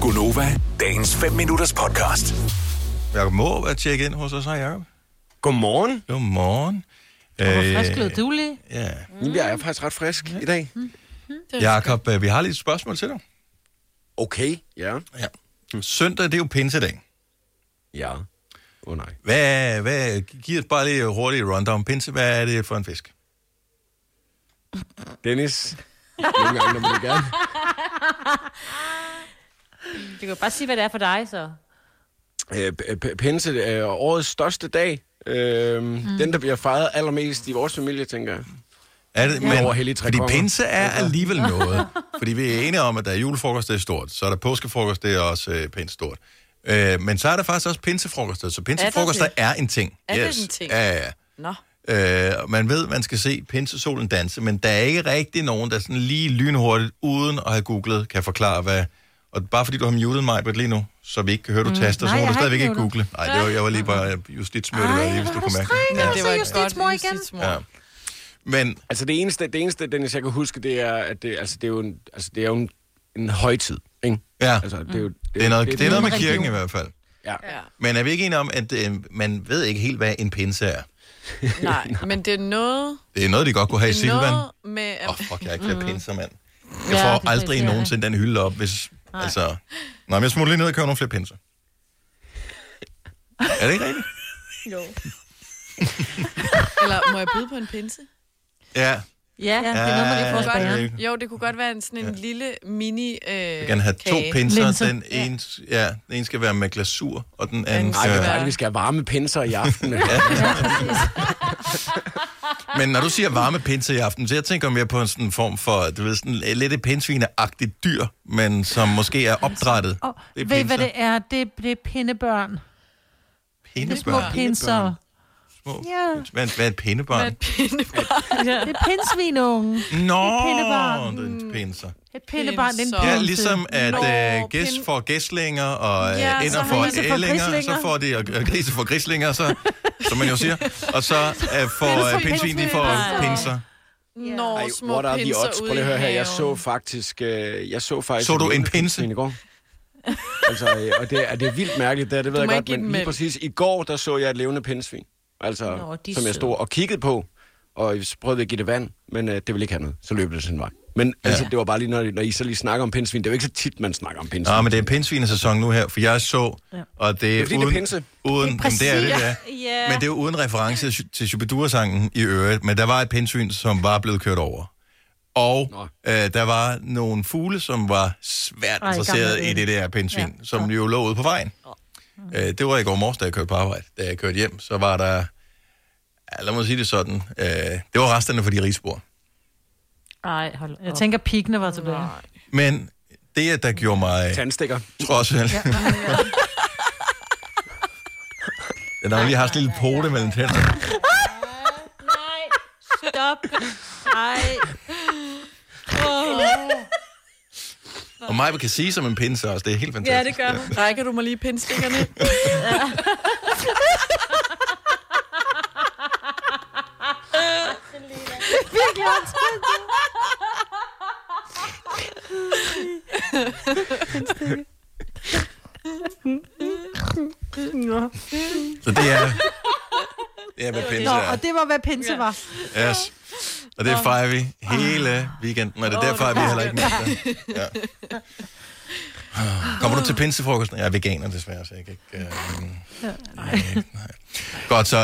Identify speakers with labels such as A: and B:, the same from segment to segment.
A: Gunova, dagens 5 minutters podcast.
B: Jakob må være tjekket ind hos os her, Jakob.
C: Godmorgen.
B: Godmorgen.
D: Hvor frisk lød du lige?
B: Ja.
C: Jeg er faktisk ret frisk i dag.
B: Jakob, vi har lige et spørgsmål til dig.
C: Okay, ja.
B: Søndag, det er jo pinsedag.
C: Ja. Nej.
B: Hvad giver bare lige hurtigt rundown. Pinse, hvad er det for en fisk?
C: Dennis. Nogle gange, må du gerne.
D: Du kan bare sige, hvad det er for dig, så.
C: Pinse er årets største dag. Den, der bliver fejret allermest i vores familie, tænker jeg.
B: Er det, men,
C: over hellige tre
B: fordi
C: konger.
B: pinse er alligevel noget. Fordi vi er enige om, at der er julefrokost, det er stort. Så er der påskefrokost, det er også pænt stort. Men så er der faktisk også pinsefrokoster. Så pinsefrokoster er en ting.
E: Er det en ting?
B: Ja.
E: Nå.
B: Man ved, man skal se pinsesolen danse, men der er ikke rigtig nogen, der sådan lige lynhurtigt, uden at have googlet, kan forklare, hvad... Og bare fordi du har muted mig lige nu, så vi ikke kan høre, du taster, så må du stadigvæk ikke google. Nej, jeg var lige bare justitsmøde, lige, hvis du kunne mærke.
E: Ja, det var et godt justitsmord.
B: Ja. Men...
C: Altså det eneste, Dennis, jeg kan huske, det er, at det er jo en højtid, ikke?
B: Ja,
C: altså, det
B: er noget med kirken i hvert fald.
C: Ja.
B: Men er vi ikke enige om, at man ved ikke helt, hvad en pinse er?
E: Nej, men det er noget...
B: Det er noget, de godt kunne have i Silvan.
E: Med...
B: Fuck, jeg har ikke flere pinser, mand. Jeg får aldrig nogensinde den hylde op, hvis... Nej. Altså... Nå, men jeg smutter lige ned og køber nogle flere pinser. Er det ikke rigtigt?
E: Jo. Eller må jeg byde på en pinse?
B: Ja.
D: Ja, det er noget, man ikke får spære.
E: Jo, det kunne godt være sådan en lille mini
B: jeg kan have 2 pinser. Den ene skal være med glasur, og den anden skal...
C: vi skal have varme pinser i aften.
B: Men når du siger varme pinser i aften, så jeg tænker mere på en sådan form for, du ved, sådan lidt et pindsvineagtigt dyr, men som måske er opdrættet.
D: Ved I, hvad det er? Det er pindebørn.
B: Pindebørn?
D: Det er små pinser.
B: Ja. Hvad er et pindebørn?
D: Det er pindsvinungen.
B: Nå,
D: det er pindebarn.
B: Det er pinser.
D: Et pindebarn, det er en pinse.
B: Ja, ligesom at gæst får gæslinger, og ender får ællinger, så får de, og grise får grislinger, så, som man jo siger. Og så får pindsvin, de får pinser.
E: Nå, små pinser ude i haven.
C: Jeg så faktisk...
B: Så du en pinse?
C: I går. Altså, og det er vildt mærkeligt, det ved jeg godt, men lige præcis i går, der så jeg et levende pindsvin. Altså, som jeg stod og kiggede på, og jeg prøvede at give det vand, men det ville ikke have noget. Så løb det sin vej. Men altså, det var bare lige, når I så lige snakker om pindsvin. Det er jo ikke så tit, man snakker om pindsvin.
B: Nej, men det er pindsvinesæson nu her, for jeg så, og det er
C: fordi
B: uden...
C: Det er pinse.
B: Det er det, ja. Men det er jo uden reference til Shubidua-sangen i øvrigt, men der var et pindsvin, som var blevet kørt over. Og der var nogle fugle, som var svært interesseret i det der pindsvin, som jo lå ude på vejen. Det var i går morges, da jeg kørte på arbejde. Da jeg kørte hjem, så var der... lad mig sige det sådan. Det var resterne for de risspor.
D: Ej, jeg tænker, piggene var tilbage.
B: Men det, der gjorde mig...
C: Tandstikker.
B: Trods alt. Den har lige haft en lille pote mellem tænderne.
D: Nej, stop. Nej.
B: Og mig kan sige som en pinse også, det er helt fantastisk.
E: Ja, det gør du. Rækker du mig lige pindstikkerne?
D: Virkelig
B: Så det er hvad pinse er.
D: Og det var, hvad pinse var.
B: Yes. Og det fejrer vi hele weekenden, og det er derfor, at vi heller ikke med. Ja. Kommer du til pinsefrokosten? Jeg er veganer desværre, så jeg kan ikke... Nej. Godt, så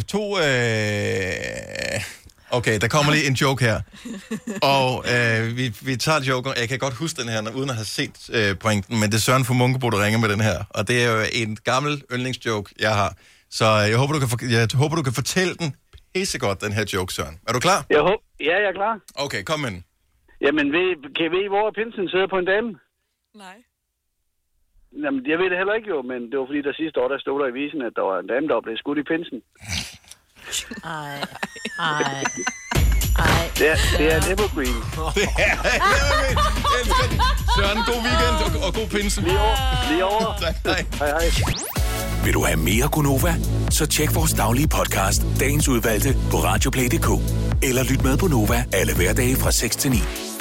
B: okay, der kommer lige en joke her. Og vi tager joken. Jeg kan godt huske den her, uden at have set pointen, men det er Søren fra Munkebo, der ringer med den her. Og det er jo en gammel yndlingsjoke, jeg har. Så jeg håber, du kan fortælle den pissegodt, den her joke, Søren. Er du klar?
F: Ja, jeg er klar.
B: Okay, kom med den.
F: Jamen, kan I vide, hvor pinsen sidder på en dame?
E: Nej.
F: Jamen, jeg ved det heller ikke jo, men det var fordi, der sidste år, der stod der i visen, at der var en dame, der blev skudt i pinsen.
D: Ej.
F: Det er en evergreen.
B: Det er en evergreen. Søren, god weekend og god pinse.
F: Lige over.
B: Tak,
F: hej.
A: Vil du have mere Gunova? Så tjek vores daglige podcast, dagens udvalgte, på radioplay.dk. Eller lyt med på Nova alle hverdage fra 6 til 9.